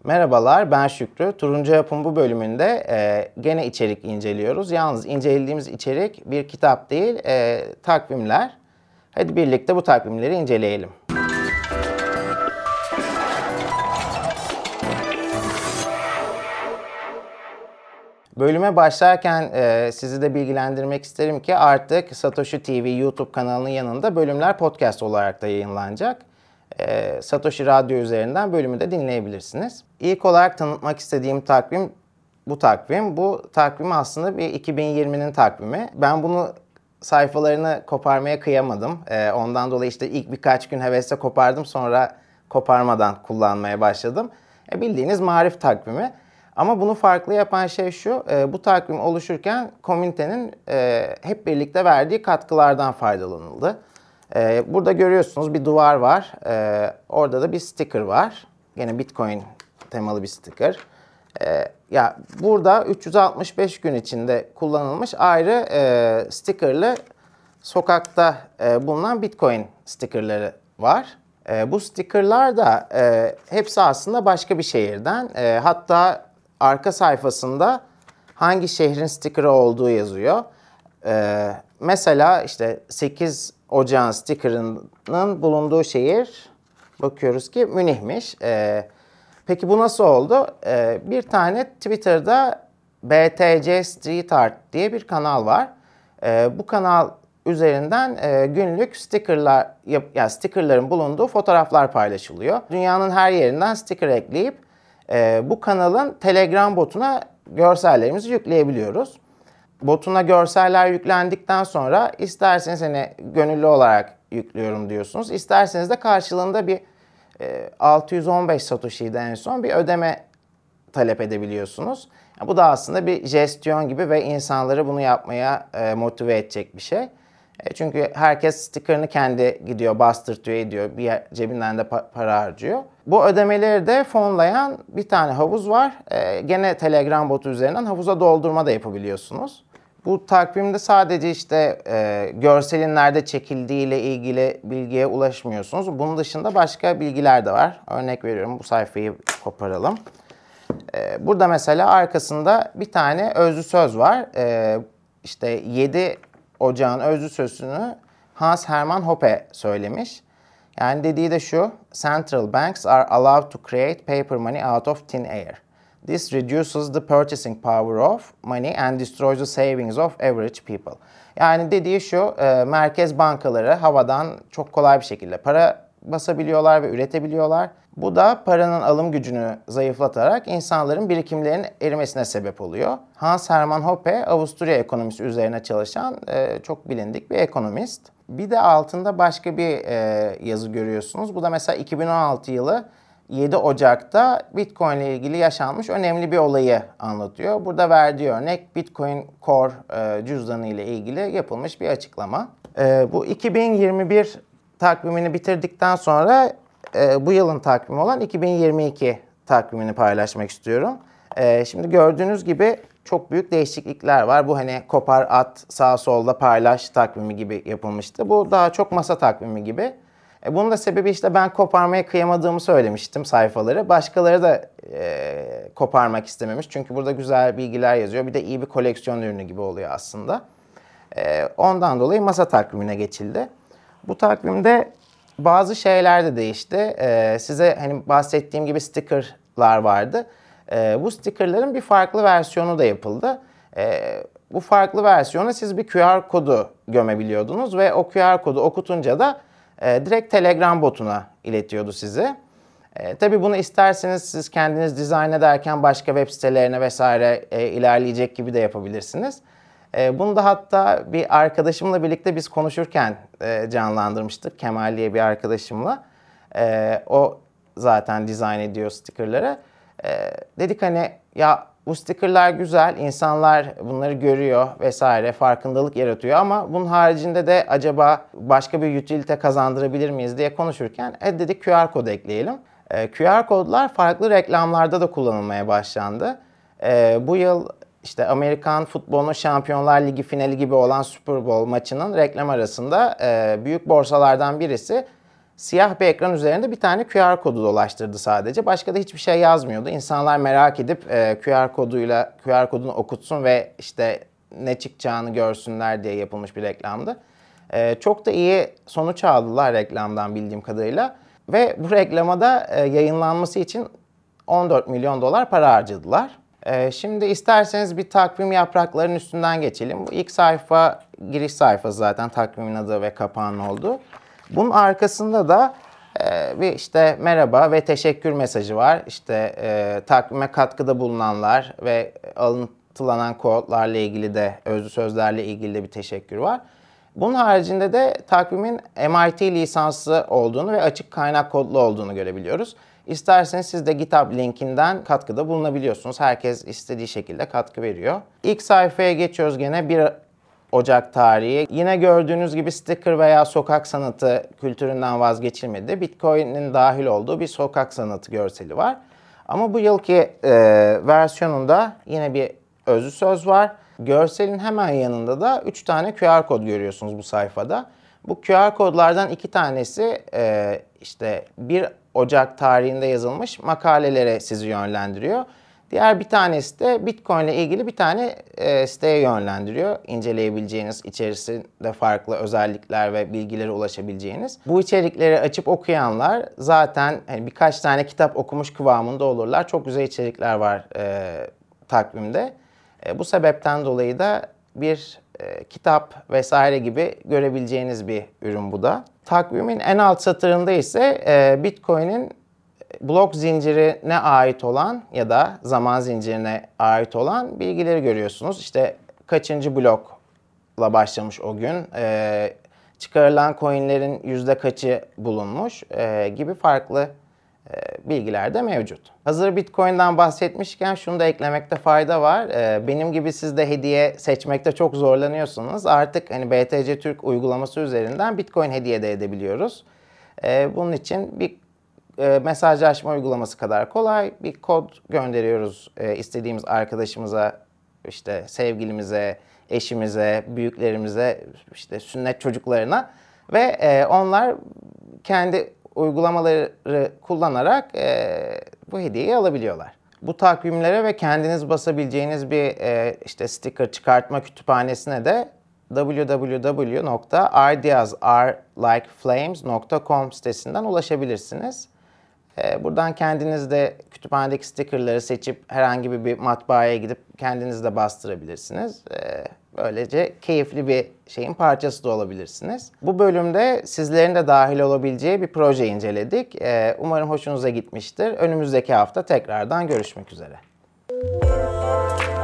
Merhabalar, ben Şükrü. Turuncu Yapım bu bölümünde gene içerik inceliyoruz. Yalnız incelediğimiz içerik bir kitap değil, takvimler. Hadi birlikte bu takvimleri inceleyelim. Bölüme başlarken sizi de bilgilendirmek isterim ki artık Satoshi TV YouTube kanalının yanında bölümler podcast olarak da yayınlanacak. Satoshi Radyo üzerinden bölümü de dinleyebilirsiniz. İlk olarak tanıtmak istediğim takvim bu takvim. Bu takvim aslında bir 2020'nin takvimi. Ben bunu sayfalarını koparmaya kıyamadım. Ondan dolayı işte ilk birkaç gün hevesle kopardım, sonra koparmadan kullanmaya başladım. Bildiğiniz marif takvimi. Ama bunu farklı yapan şey şu, bu takvim oluşurken komünitenin hep birlikte verdiği katkılardan faydalanıldı. Burada görüyorsunuz bir duvar var, orada da bir sticker var. Yine Bitcoin temalı bir sticker. Ya burada 365 gün içinde kullanılmış ayrı stickerlı sokakta bulunan Bitcoin stickerları var. Bu stickerlar da hepsi aslında başka bir şehirden. Hatta arka sayfasında hangi şehrin stickerı olduğu yazıyor. Mesela işte 8 Ocağın stickerının bulunduğu şehir bakıyoruz ki Münih'miş. Peki bu nasıl oldu? Bir tane Twitter'da BTC Street Art diye bir kanal var. Bu kanal üzerinden günlük stickerların bulunduğu fotoğraflar paylaşılıyor. Dünyanın her yerinden sticker ekleyip bu kanalın Telegram botuna görsellerimizi yükleyebiliyoruz. Botuna görseller yüklendikten sonra isterseniz gönüllü olarak yüklüyorum diyorsunuz. İsterseniz de karşılığında bir 615 Satoshi'de en son bir ödeme talep edebiliyorsunuz. Bu da aslında bir jestyon gibi ve insanları bunu yapmaya motive edecek bir şey. Çünkü herkes sticker'ını kendi gidiyor, bastırtıyor, ediyor, cebinden de para harcıyor. Bu ödemeleri de fonlayan bir tane havuz var. Gene Telegram botu üzerinden havuza doldurma da yapabiliyorsunuz. Bu takvimde sadece işte görselin nerede çekildiği ile ilgili bilgiye ulaşmıyorsunuz. Bunun dışında başka bilgiler de var. Örnek veriyorum, bu sayfayı koparalım. Burada mesela arkasında bir tane özlü söz var. İşte 7 Ocağın özlü sözünü Hans Hermann Hoppe söylemiş. Yani dediği de şu: Central banks are allowed to create paper money out of thin air. This reduces the purchasing power of money and destroys the savings of average people. Yani dediği şu, merkez bankaları havadan çok kolay bir şekilde para basabiliyorlar ve üretebiliyorlar. Bu da paranın alım gücünü zayıflatarak insanların birikimlerinin erimesine sebep oluyor. Hans Hermann Hoppe, Avusturya ekonomisi üzerine çalışan çok bilindik bir ekonomist. Bir de altında başka bir yazı görüyorsunuz. Bu da mesela 2016 yılı 7 Ocak'ta Bitcoin ile ilgili yaşanmış önemli bir olayı anlatıyor. Burada verdiği örnek Bitcoin Core cüzdanı ile ilgili yapılmış bir açıklama. Bu 2021 takvimini bitirdikten sonra bu yılın takvimi olan 2022 takvimini paylaşmak istiyorum. Şimdi gördüğünüz gibi çok büyük değişiklikler var. Bu kopar at sağ solda paylaş takvimi gibi yapılmıştı. Bu daha çok masa takvimi gibi. Bunun da sebebi işte ben koparmaya kıyamadığımı söylemiştim sayfaları. Başkaları da koparmak istememiş. Çünkü burada güzel bilgiler yazıyor. Bir de iyi bir koleksiyon ürünü gibi oluyor aslında. Ondan dolayı masa takvimine geçildi. Bu takvimde bazı şeyler de değişti. Size bahsettiğim gibi stickerlar vardı. Bu stickerların bir farklı versiyonu da yapıldı. Bu farklı versiyona siz bir QR kodu gömebiliyordunuz ve o QR kodu okutunca da direkt Telegram botuna iletiyordu sizi. Tabii bunu isterseniz siz kendiniz dizayn ederken başka web sitelerine vesaire ilerleyecek gibi de yapabilirsiniz. Bunu da hatta bir arkadaşımla birlikte biz konuşurken canlandırmıştık. Kemal diye bir arkadaşımla. O zaten dizayn ediyor stickerları. Dedik ya bu stickerlar güzel, insanlar bunları görüyor vesaire, farkındalık yaratıyor ama bunun haricinde de acaba başka bir utilite kazandırabilir miyiz diye konuşurken dedik QR kod ekleyelim. QR kodlar farklı reklamlarda da kullanılmaya başlandı. Bu yıl işte Amerikan futbolunun Şampiyonlar Ligi finali gibi olan Super Bowl maçının reklam arasında büyük borsalardan birisi Siyah bir ekran üzerinde bir tane QR kodu dolaştırdı sadece. Başka da hiçbir şey yazmıyordu. İnsanlar merak edip QR kodunu okutsun ve işte ne çıkacağını görsünler diye yapılmış bir reklamdı. Çok da iyi sonuç aldılar reklamdan bildiğim kadarıyla. Ve bu reklama da yayınlanması için 14 milyon dolar para harcadılar. Şimdi isterseniz bir takvim yapraklarının üstünden geçelim. Bu ilk sayfa giriş sayfası zaten takvimin adı ve kapağının olduğu. Bunun arkasında da bir işte merhaba ve teşekkür mesajı var. İşte takvime katkıda bulunanlar ve alıntılanan kodlarla ilgili de, özlü sözlerle ilgili de bir teşekkür var. Bunun haricinde de takvimin MIT lisanslı olduğunu ve açık kaynak kodlu olduğunu görebiliyoruz. İsterseniz siz de GitHub linkinden katkıda bulunabiliyorsunuz. Herkes istediği şekilde katkı veriyor. İlk sayfaya geçiyoruz gene 1 Ocak tarihi. Yine gördüğünüz gibi sticker veya sokak sanatı kültüründen vazgeçilmedi. Bitcoin'in dahil olduğu bir sokak sanatı görseli var. Ama bu yılki versiyonunda yine bir özlü söz var. Görselin hemen yanında da 3 tane QR kod görüyorsunuz bu sayfada. Bu QR kodlardan 2 tanesi işte 1 Ocak tarihinde yazılmış makalelere sizi yönlendiriyor. Diğer bir tanesi de Bitcoin ile ilgili bir tane siteye yönlendiriyor. İnceleyebileceğiniz, içerisinde farklı özellikler ve bilgilere ulaşabileceğiniz. Bu içerikleri açıp okuyanlar zaten birkaç tane kitap okumuş kıvamında olurlar. Çok güzel içerikler var takvimde. Bu sebepten dolayı da bir kitap vesaire gibi görebileceğiniz bir ürün bu da. Takvimin en alt satırında ise Bitcoin'in blok zincirine ait olan ya da zaman zincirine ait olan bilgileri görüyorsunuz. İşte kaçıncı blokla başlamış o gün, çıkarılan coinlerin yüzde kaçı bulunmuş gibi farklı bilgiler de mevcut. Hazır Bitcoin'den bahsetmişken şunu da eklemekte fayda var. Benim gibi siz de hediye seçmekte çok zorlanıyorsunuz. Artık hani BTC Türk uygulaması üzerinden Bitcoin hediye de edebiliyoruz. Bunun için bir mesajlaşma uygulaması kadar kolay. Bir kod gönderiyoruz istediğimiz arkadaşımıza, işte sevgilimize, eşimize, büyüklerimize, işte sünnet çocuklarına ve onlar kendi uygulamaları kullanarak bu hediyeyi alabiliyorlar. Bu takvimlere ve kendiniz basabileceğiniz bir işte sticker çıkartma kütüphanesine de www.ideasarelikeFlames.com sitesinden ulaşabilirsiniz. Buradan kendiniz de kütüphanedeki stickerları seçip herhangi bir matbaaya gidip kendiniz de bastırabilirsiniz. Böylece keyifli bir şeyin parçası da olabilirsiniz. Bu bölümde sizlerin de dahil olabileceği bir proje inceledik. Umarım hoşunuza gitmiştir. Önümüzdeki hafta tekrardan görüşmek üzere.